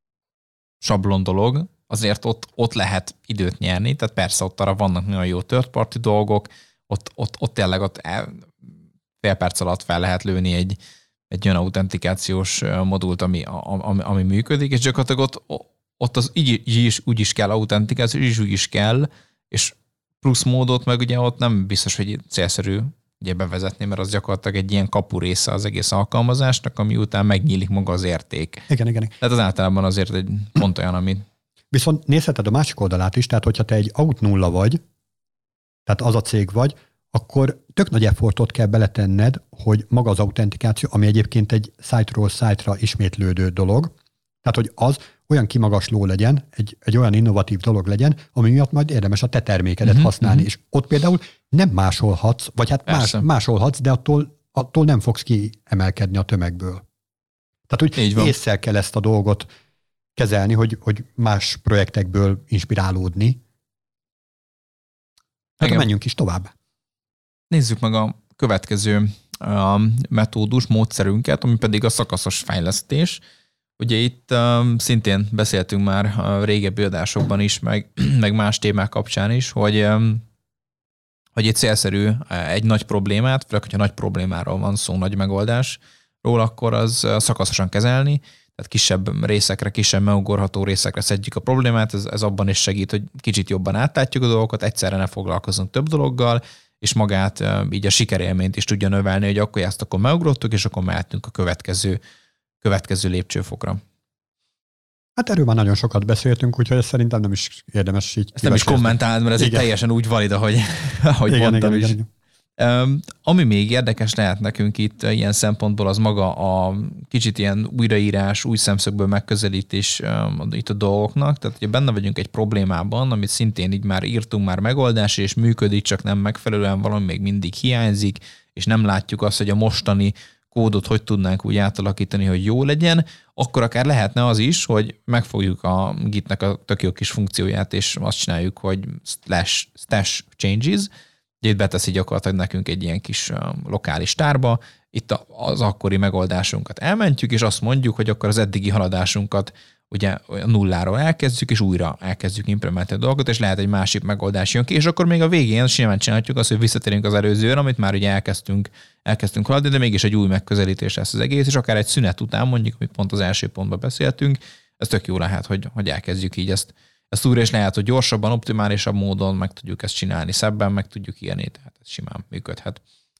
sablon dolog, azért ott, ott lehet időt nyerni, tehát persze ott arra vannak nagyon jó third party dolgok, ott, ott, ott tényleg ott el, fél perc alatt fel lehet lőni egy, egy olyan autentikációs modult, ami, ami, ami működik, és gyakorlatilag ott, ott az így, így is, úgy is kell autentikáció, így is úgy is kell, és plusz módot meg ugye ott nem biztos, hogy célszerű ugye bevezetni, mert az gyakorlatilag egy ilyen kapu része az egész alkalmazásnak, ami után megnyílik maga az érték. Igen, igen. Tehát az általában azért egy pont olyan, ami... Viszont nézheted a másik oldalát is, tehát hogyha te egy Out nulla vagy, tehát az a cég vagy, akkor tök nagy effortot kell beletenned, hogy maga az autentikáció, ami egyébként egy site-ról site-ra ismétlődő dolog, tehát hogy az olyan kimagasló legyen, egy, egy olyan innovatív dolog legyen, ami miatt majd érdemes a te termékedet uh-huh, használni. Uh-huh. És ott például nem másolhatsz, vagy hát más, másolhatsz, de attól, attól nem fogsz kiemelkedni a tömegből. Tehát úgy ésszel kell ezt a dolgot kezelni, hogy, hogy más projektekből inspirálódni. Hát menjünk is tovább. Nézzük meg a következő a metódus, módszerünket, ami pedig a szakaszos fejlesztés. Ugye itt um, szintén beszéltünk már a régebbi adásokban is, meg, meg más témák kapcsán is, hogy, um, hogy egy célszerű egy nagy problémát, főleg, hogyha nagy problémáról van szó, nagy megoldásról, akkor az szakaszosan kezelni, tehát kisebb részekre, kisebb megugorható részekre szedjük a problémát, ez, ez abban is segít, hogy kicsit jobban átlátjuk a dolgokat, egyszerre ne foglalkozunk több dologgal, és magát így a sikerélményt is tudja növelni, hogy akkor ezt akkor megugrottuk, és akkor mehetünk a következő következő lépcsőfokra. Hát erről már nagyon sokat beszéltünk, úgyhogy ezt szerintem nem is érdemes így. Ezt nem is kommentálni, mert ez igen. Teljesen úgy valid, ahogy, ahogy igen, mondtam igen, is. Igen, Um, ami még érdekes lehet nekünk itt ilyen szempontból, az maga a kicsit ilyen újraírás, új szemszögből megközelítés um, itt a dolgoknak. Tehát ugye benne vagyunk egy problémában, amit szintén így már írtunk már megoldás, és működik, csak nem megfelelően, valami még mindig hiányzik, és nem látjuk azt, hogy a mostani kódot hogy tudnánk úgy átalakítani, hogy jó legyen, akkor akár lehetne az is, hogy megfogjuk a Gitnek a tök jó kis funkcióját, és azt csináljuk, hogy slash stash changes, itt beteszi gyakorlatilag nekünk egy ilyen kis lokális tárba, itt az akkori megoldásunkat elmentjük, és azt mondjuk, hogy akkor az eddigi haladásunkat ugye nulláról elkezdjük, és újra elkezdjük implementálni a dolgot, és lehet egy másik megoldás jön ki, és akkor még a végén simán csinálhatjuk azt, hogy visszatérünk az előzőre, amit már ugye elkezdtünk, elkezdtünk haladni, de mégis egy új megközelítés lesz az egész, és akár egy szünet után mondjuk, amit pont az első pontban beszéltünk, ez tök jó lehet, hogy, hogy elkezdjük így ezt, ezt újra, és lehet, hogy gyorsabban, optimálisabb módon meg tudjuk ezt csinálni, szebben meg tudjuk írni, tehát ez simán működhet.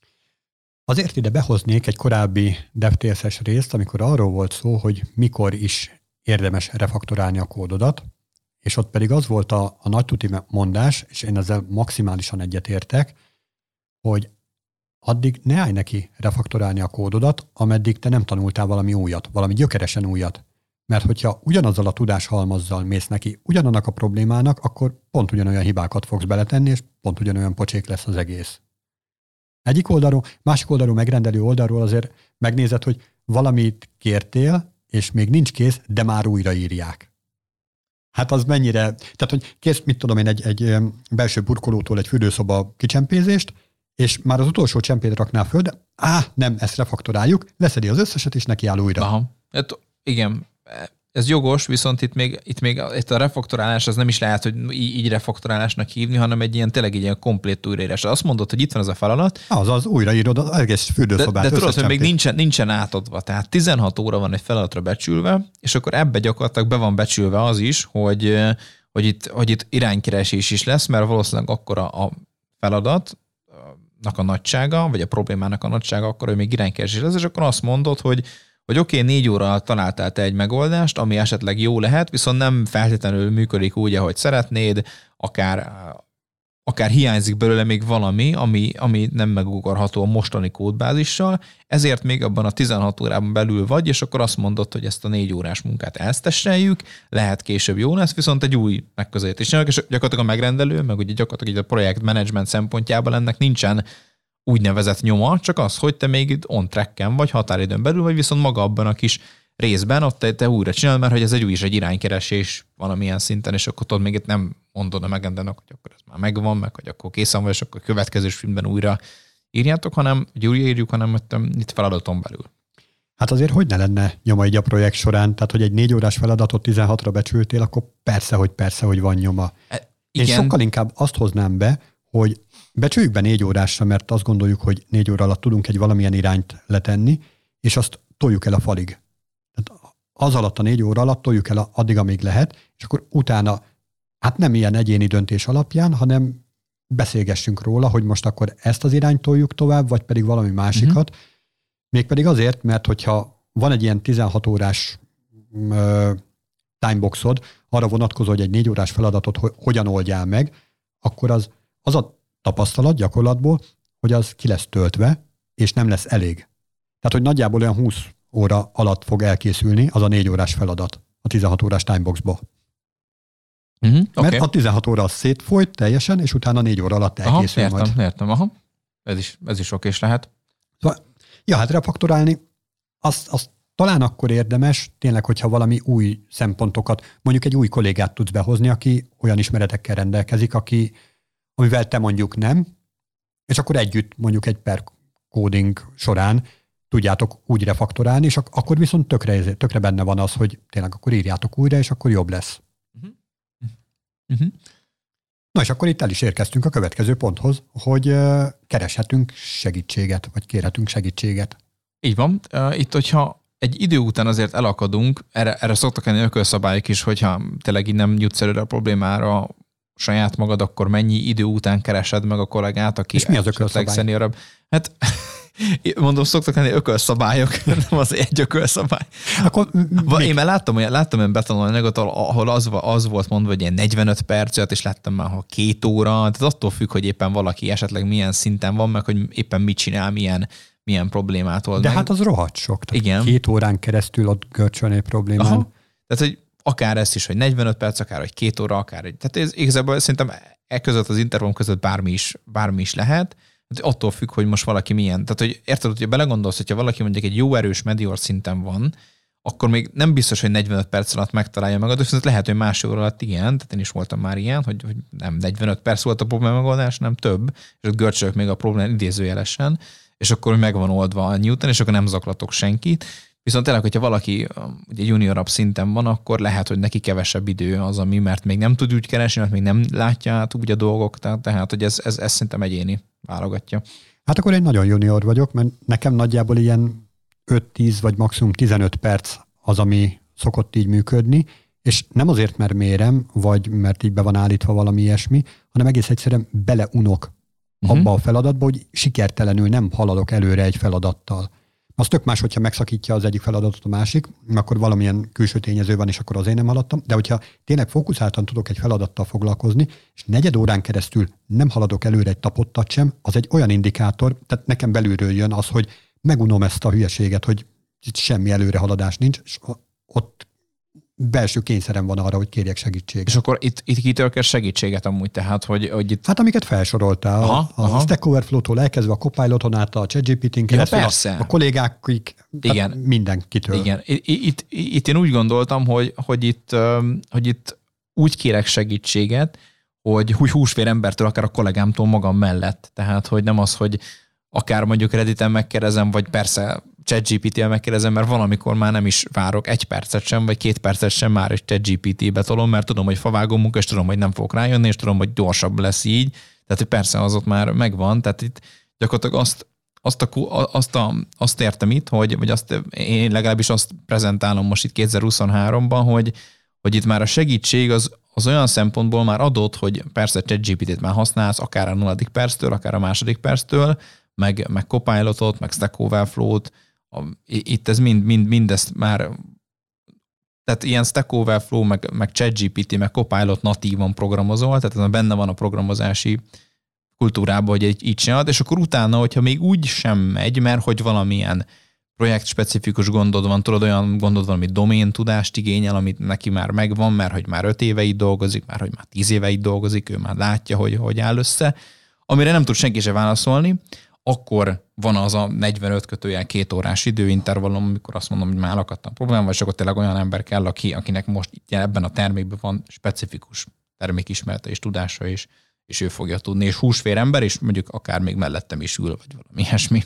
Azért ide behoznék egy korábbi DevTales-es részt, amikor arról volt szó, hogy mikor is érdemes refaktorálni a kódodat, és ott pedig az volt a, a nagy tuti mondás, és én ezzel maximálisan egyetértek, hogy addig ne állj neki refaktorálni a kódodat, ameddig te nem tanultál valami újat, valami gyökeresen újat. Mert hogyha ugyanazzal a tudáshalmazzal mész neki ugyanannak a problémának, akkor pont ugyanolyan hibákat fogsz beletenni, és pont ugyanolyan pocsék lesz az egész. Egyik oldalról, másik oldalról, megrendelő oldalról azért megnézed, hogy valamit kértél, és még nincs kész, de már újraírják. Hát az mennyire, tehát hogy kész, mit tudom én, egy, egy belső burkolótól egy fürdőszoba kicsempézést, és már az utolsó csempét raknál föl, de á, nem, ezt refaktoráljuk, leszedi az összeset, és neki áll újra. Aha. Hát, igen, ez jogos, viszont itt még, itt még itt a refaktorálás az nem is lehet, hogy így, így refaktorálásnak hívni, hanem egy ilyen tényleg egy ilyen komplét újraírás. Azt mondod, hogy itt van ez a feladat. Az az újraírod az egész fürdőszobát. De, de tudod, hogy még nincsen, nincsen átadva. Tehát tizenhat óra van egy feladatra becsülve, és akkor ebbe gyakorlatilag be van becsülve az is, hogy, hogy, itt, hogy itt iránykeresés is lesz, mert valószínűleg akkor a, a feladat a nagysága, vagy a problémának a nagysága akkor, hogy még iránykeresés lesz, és akkor azt mondod, hogy hogy oké, okay, négy óra alatt találtál te egy megoldást, ami esetleg jó lehet, viszont nem feltétlenül működik úgy, ahogy szeretnéd, akár, akár hiányzik belőle még valami, ami, ami nem megugorható a mostani kódbázissal, ezért még abban a tizenhat órában belül vagy, és akkor azt mondod, hogy ezt a négy órás munkát elsztesseljük, lehet később jó lesz, viszont egy új megközelítés. És gyakorlatilag a megrendelő, meg ugye gyakorlatilag a projektmenedzsment szempontjából ennek nincsen úgynevezett nyoma, csak az, hogy te még itt on-tracken vagy, határidőn belül vagy, viszont maga abban a kis részben ott te, te újra csinálod, mert hogy ez egy új is egy iránykeresés valamilyen szinten, és akkor tudod még itt nem mondod a megrendelőnek, hogy akkor ez már megvan, meg hogy akkor készen vagy, és akkor a következő filmben újra írjátok, hanem hogy újra írjuk, hanem itt feladaton belül. Hát azért hogy ne lenne nyoma így a projekt során, tehát hogy egy négy órás feladatot tizenhatra becsültél, akkor persze, hogy persze, hogy van nyoma. E, Én sokkal inkább azt hoznám be, hogy becsüljük be négy órásra, mert azt gondoljuk, hogy négy óra alatt tudunk egy valamilyen irányt letenni, és azt toljuk el a falig. Tehát az alatt a négy óra alatt toljuk el addig, amíg lehet, és akkor utána, hát nem ilyen egyéni döntés alapján, hanem beszélgessünk róla, hogy most akkor ezt az irányt toljuk tovább, vagy pedig valami másikat. Uh-huh. Mégpedig azért, mert hogyha van egy ilyen tizenhat órás uh, timeboxod, arra vonatkozó, hogy egy négy órás feladatot ho- hogyan oldjál meg, akkor az, az a tapasztalat gyakorlatból, hogy az ki lesz töltve, és nem lesz elég. Tehát, hogy nagyjából olyan húsz óra alatt fog elkészülni az a négy órás feladat a tizenhat órás timeboxba. Uh-huh, okay. Mert a tizenhat óra az szétfolyt teljesen, és utána négy óra alatt elkészül aha, értem, majd. Értem, aha. Ez is, ez is okés lehet. Szóval, ja, hát refaktorálni, azt, azt talán akkor érdemes, tényleg, hogyha valami új szempontokat, mondjuk egy új kollégát tudsz behozni, aki olyan ismeretekkel rendelkezik, aki amivel te mondjuk nem, és akkor együtt mondjuk egy per coding során tudjátok úgy refaktorálni, és ak- akkor viszont tökre, tökre benne van az, hogy tényleg akkor írjátok újra, és akkor jobb lesz. Uh-huh. Uh-huh. Na és akkor itt el is érkeztünk a következő ponthoz, hogy uh, kereshetünk segítséget, vagy kérhetünk segítséget. Így van. Uh, itt, hogyha egy idő után azért elakadunk, erre, erre szoktak lenni ökölszabályok is, hogyha tényleg így nem jutsz előre a problémára saját magad, akkor mennyi idő után keresed meg a kollégát, aki és mi az ökölszabály? Hát mondom, szoktak lenni ökölszabályok, nem az egy ökölszabály. Akkor én már láttam olyan, láttam olyan betanulmányokat, ahol az, az volt mondva, hogy ilyen negyvenöt percet, és láttam már, ha két óra, tehát attól függ, hogy éppen valaki esetleg milyen szinten van, meg hogy éppen mit csinál, milyen, milyen problémát old De meg. Hát az rohadt sok. Tehát igen. Két órán keresztül ott görcsölni problémán. Aha. Tehát, hogy akár ezt is, hogy negyvenöt perc, akár hogy két óra, akár egy. Tehát ez igazából szerintem e között az intervallum között bármi is, bármi is lehet. Tehát attól függ, hogy most valaki milyen. Tehát, hogy érted, hogyha belegondolsz, hogyha valaki mondjuk egy jó erős medior szinten van, akkor még nem biztos, hogy negyvenöt perc alatt megtalálja magad, viszont lehet, hogy más óra alatt igen, tehát én is voltam már ilyen, hogy, hogy nem negyvenöt perc volt a probléma megoldás, nem több, és ott görcsölök még a problémát idézőjelesen, és akkor meg van oldva a Newton, és akkor nem zaklatok senkit. Viszont tényleg, hogyha valaki ugye juniorabb szinten van, akkor lehet, hogy neki kevesebb idő az, ami, mert még nem tud úgy keresni, mert még nem látja át úgy a dolgok, tehát hogy ez, ez, ez szerintem egyéni válogatja. Hát akkor én nagyon junior vagyok, mert nekem nagyjából ilyen öt-tíz vagy maximum tizenöt perc az, ami szokott így működni, és nem azért, mert mérem, vagy mert így be van állítva valami ilyesmi, hanem egész egyszerűen beleunok uh-huh. abba a feladatba, hogy sikertelenül nem haladok előre egy feladattal. Az tök más, hogyha megszakítja az egyik feladatot a másik, akkor valamilyen külső tényező van, és akkor azért nem haladtam. De hogyha tényleg fókuszáltan tudok egy feladattal foglalkozni, és negyed órán keresztül nem haladok előre egy tapottat sem, az egy olyan indikátor, tehát nekem belülről jön az, hogy megunom ezt a hülyeséget, hogy itt semmi előrehaladás nincs, és ott belső kényszerem van arra, hogy kérjek segítséget. És akkor itt, itt kitől kell segítséget amúgy, tehát, hogy, hogy itt... Hát amiket felsoroltál, aha, a, a Stack Overflow-tól elkezdve a Copiloton át, a ChatGPT-n keresztül, ja, a, a kollégákig, igen. mindenkitől. Igen, itt, itt, itt én úgy gondoltam, hogy, hogy, itt, hogy itt úgy kérek segítséget, hogy húsvér embertől, akár a kollégámtól magam mellett. Tehát, hogy nem az, hogy akár mondjuk Redditen megkérdezem, vagy persze ChatGPT-el megkérdezem, mert valamikor már nem is várok egy percet sem, vagy két percet sem, már is ChatGPT-be tolom, mert tudom, hogy favágó munka, és tudom, hogy nem fogok rájönni, és tudom, hogy gyorsabb lesz így. Tehát, hogy persze az ott már megvan. Tehát itt gyakorlatilag azt, azt, a, azt, a, azt értem itt, hogy, vagy azt, én legalábbis azt prezentálom most itt kétezer-huszonháromban, hogy, hogy itt már a segítség az, az olyan szempontból már adott, hogy persze ChatGPT-t már használsz, akár a nulladik perctől, akár a második perctől, meg, meg Copilotot, meg Stack Overflow-t, itt ez mind, mind, mindezt már, tehát ilyen Stack Overflow, meg, meg ChatGPT, meg Copilot natívan programozol, tehát ez benne van a programozási kultúrában, hogy egy így csinálod, és akkor utána, hogyha még úgy sem megy, mert hogy valamilyen projektspecifikus gondod van, tudod, olyan gondod van, ami domén tudást igényel, amit neki már megvan, mert hogy már öt éve itt dolgozik, már hogy már tíz éve itt dolgozik, ő már látja, hogy hogy áll össze, amire nem tud senki se válaszolni, akkor van az a negyvenöt kötőjel két órás időintervallum, amikor azt mondom, hogy már elakadtam a problémám, vagy akkor tényleg olyan ember kell, aki, akinek most ebben a termékben van specifikus termékismerete és tudása is, és ő fogja tudni, és húsvér ember, és mondjuk akár még mellettem is ül, vagy valami ilyesmi.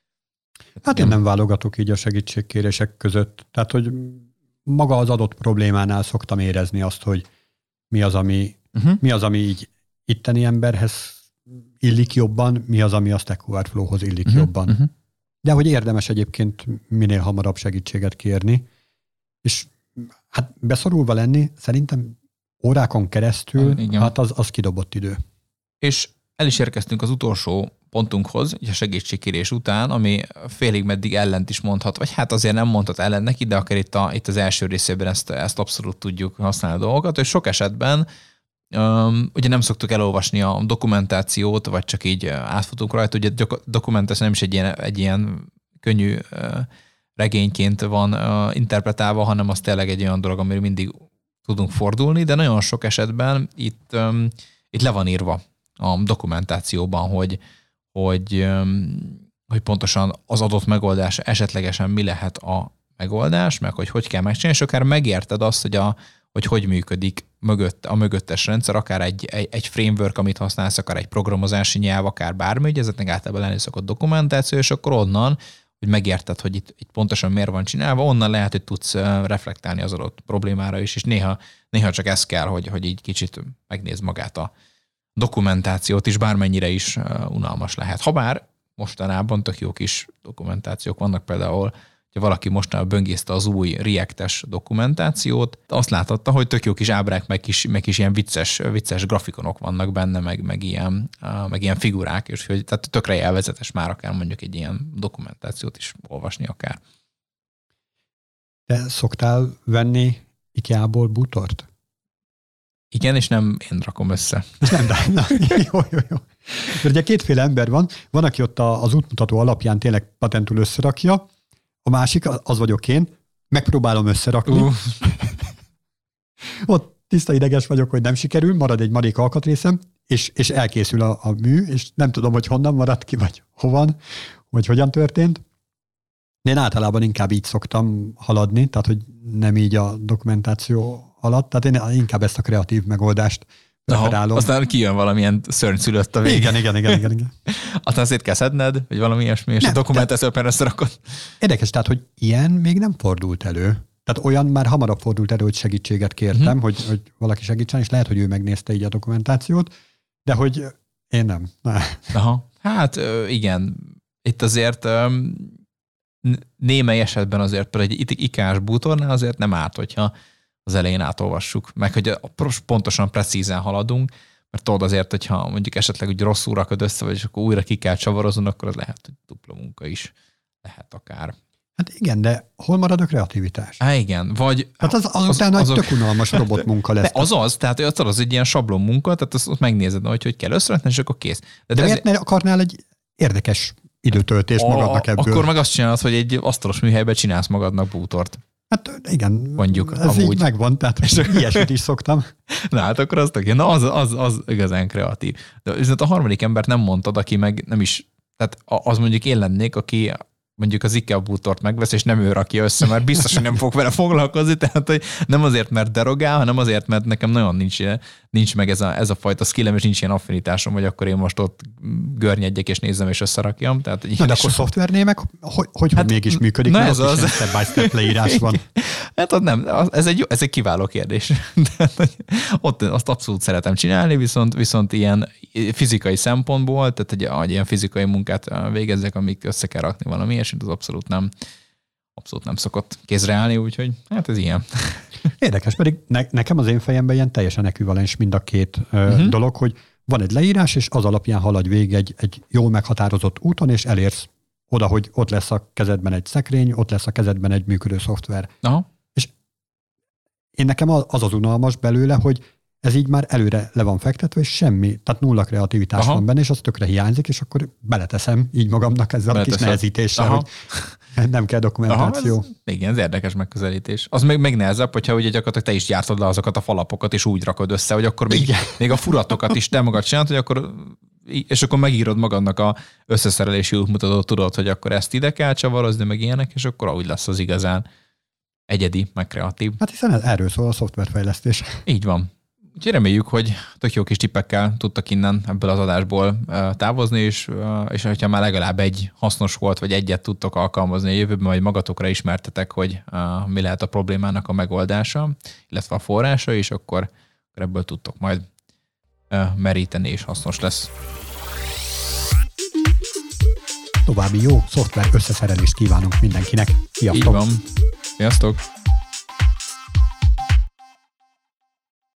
Hát én nem válogatok így a segítségkérések között. Tehát, hogy maga az adott problémánál szoktam érezni azt, hogy mi az, ami, uh-huh. mi az, ami így itteni emberhez illik jobban, mi az, ami a Stack Overflow-hoz illik uh-huh. jobban. Uh-huh. De hogy érdemes egyébként minél hamarabb segítséget kérni, és hát beszorulva lenni, szerintem órákon keresztül, igen. hát az, az kidobott idő. És el is érkeztünk az utolsó pontunkhoz, a segítségkérés után, ami félig meddig ellent is mondhat, vagy hát azért nem mondhat ellen neki, de akár itt, a, itt az első részében ezt, ezt abszolút tudjuk használni a dolgokat, és sok esetben um, ugye nem szoktuk elolvasni a dokumentációt, vagy csak így átfutunk rajta, ugye a dokumentáció nem is egy ilyen, egy ilyen könnyű uh, regényként van uh, interpretálva, hanem az tényleg egy olyan dolog, amiről mindig tudunk fordulni, de nagyon sok esetben itt, um, itt le van írva a dokumentációban, hogy, hogy, hogy pontosan az adott megoldás esetlegesen mi lehet a megoldás, meg hogy hogy kell megcsinálni, és akár megérted azt, hogy a, hogy, hogy működik mögött, a mögöttes rendszer, akár egy, egy, egy framework, amit használsz, akár egy programozási nyelv, akár bármi, ugye ezeknek általában lenni szokott dokumentáció, és akkor onnan, hogy megérted, hogy itt, itt pontosan miért van csinálva, onnan lehet, hogy tudsz reflektálni az adott problémára is, és néha, néha csak ez kell, hogy, hogy így kicsit megnézd magát a dokumentációt is, bármennyire is unalmas lehet. Habár mostanában tök jó kis dokumentációk vannak, például, hogyha valaki mostanában böngészte az új React-es dokumentációt, azt láthatta, hogy tök jó kis ábrák, meg kis, meg kis ilyen vicces, vicces grafikonok vannak benne, meg, meg, ilyen, meg ilyen figurák, és hogy tehát tökre élvezetes már akár mondjuk egy ilyen dokumentációt is olvasni akár. Te szoktál venni IKEA-ból bútort? Igen, és nem én rakom össze. Nem, de na, jó, jó, jó. Mert ugye kétféle ember van, van, aki ott az útmutató alapján tényleg patentül összerakja, a másik, az vagyok én, megpróbálom összerakni. Uh. Ott tiszta ideges vagyok, hogy nem sikerül, marad egy marék alkatrészem, és, és elkészül a, a mű, és nem tudom, hogy honnan maradt ki, vagy hovan, vagy hogyan történt. De én általában inkább így szoktam haladni, tehát hogy nem így a dokumentáció alatt, tehát én inkább ezt a kreatív megoldást preferálom. Aztán kijön valamilyen szörnyszülött a végén. Igen, igen, igen, igen, igen. Aztán szét kell szedned, vagy valami ilyesmi, és nem, a dokumentációban összerakod. Érdekes, tehát, hogy ilyen még nem fordult elő. Tehát olyan már hamarabb fordult elő, hogy segítséget kértem, uh-huh. hogy, hogy valaki segítsen, és lehet, hogy ő megnézte így a dokumentációt, de hogy én nem. Aha. Hát igen, itt azért némely esetben azért például egy ikás bútornál azért nem árt, hogyha az elején átolvassuk, meg hogy pontosan precízen haladunk, mert tudod azért, hogyha mondjuk esetleg úgy rosszul rakod össze, vagy akkor újra ki kell csavarozni, akkor az lehet, hogy dupla munka is lehet akár. Hát igen, de hol marad a kreativitás? Há, igen, vagy... Hát az, az, az utána az, egy tök unalmas robotmunka lesz. De az az, tehát az, az egy ilyen sablon munka, tehát azt, azt megnézed, hogy hogy kell összerakni, és akkor kész. De, de miért ne akarnál egy érdekes időtöltést a, magadnak ebből? Akkor meg azt csinálod, hogy egy asztalos műhelyben csinálsz magadnak bútort. Hát igen, mondjuk ez amúgy. így megvan, tehát ilyesmit is szoktam. Na hát akkor az tök, na az, az, az igazán kreatív. De viszont a harmadik embert nem mondtad, aki meg nem is, tehát az mondjuk én lennék, aki mondjuk az IKEA bútort megvesz, és nem ő rakja össze, mert biztos, hogy nem fog vele foglalkozni, tehát hogy nem azért, mert derogál, hanem azért, mert nekem nagyon nincs, nincs meg ez a, ez a fajta skillem, és nincs ilyen affinitásom, hogy akkor én most ott görnyedjek, és nézzem, és összerakjam. Tehát, na, de akkor szoftvernél meg, hogy, hogy, hát, hogy mégis működik, na mert ez az. step by step leírás van. Hát ott nem, ez egy, ez egy kiváló kérdés. De, ott azt abszolút szeretem csinálni, viszont, viszont ilyen fizikai szempontból, tehát egy, egy ilyen fizikai munkát végezzek, amik össze kell rakni valami, és az abszolút nem, abszolút nem szokott kézre állni, úgyhogy hát ez ilyen. Érdekes, pedig ne, nekem az én fejemben ilyen teljesen ekvivalens mind a két uh-huh. dolog, hogy van egy leírás, és az alapján haladj végig egy, egy jól meghatározott úton, és elérsz oda, hogy ott lesz a kezedben egy szekrény, ott lesz a kezedben egy működő szoftver. Aha. És én nekem az az unalmas belőle, hogy ez így már előre le van fektetve, és semmi, tehát nulla kreativitás Aha. van benne, és az tökre hiányzik, és akkor beleteszem így magamnak ezzel Beleteszem. a kis nehezítéssel, Aha. hogy nem kell dokumentáció. Aha, ez, igen, ez érdekes megközelítés. Az még, még nehezebb, hogyha ugye gyakorlatilag te is gyártod le azokat a falapokat, és úgy rakod össze, hogy akkor még, még a furatokat is te magad csinálod, hogy akkor, és akkor megírod magadnak a összeszerelési útmutatót, tudod, hogy akkor ezt ide kell csavarozni, meg ilyenek, és akkor úgy lesz az igazán egyedi, meg kreatív. Hát hiszen ez erről szól a szoftverfejlesztés. Így van. Úgyhogy reméljük, hogy tök jó kis tippekkel tudtak innen ebből az adásból távozni, és, és hogyha már legalább egy hasznos volt, vagy egyet tudtok alkalmazni a jövőben, vagy magatokra ismertetek, hogy mi lehet a problémának a megoldása, illetve a forrása, és akkor ebből tudtok majd meríteni, és hasznos lesz. További jó szoftver összeszerelést kívánunk mindenkinek. Sziasztok! Így van. Sziasztok!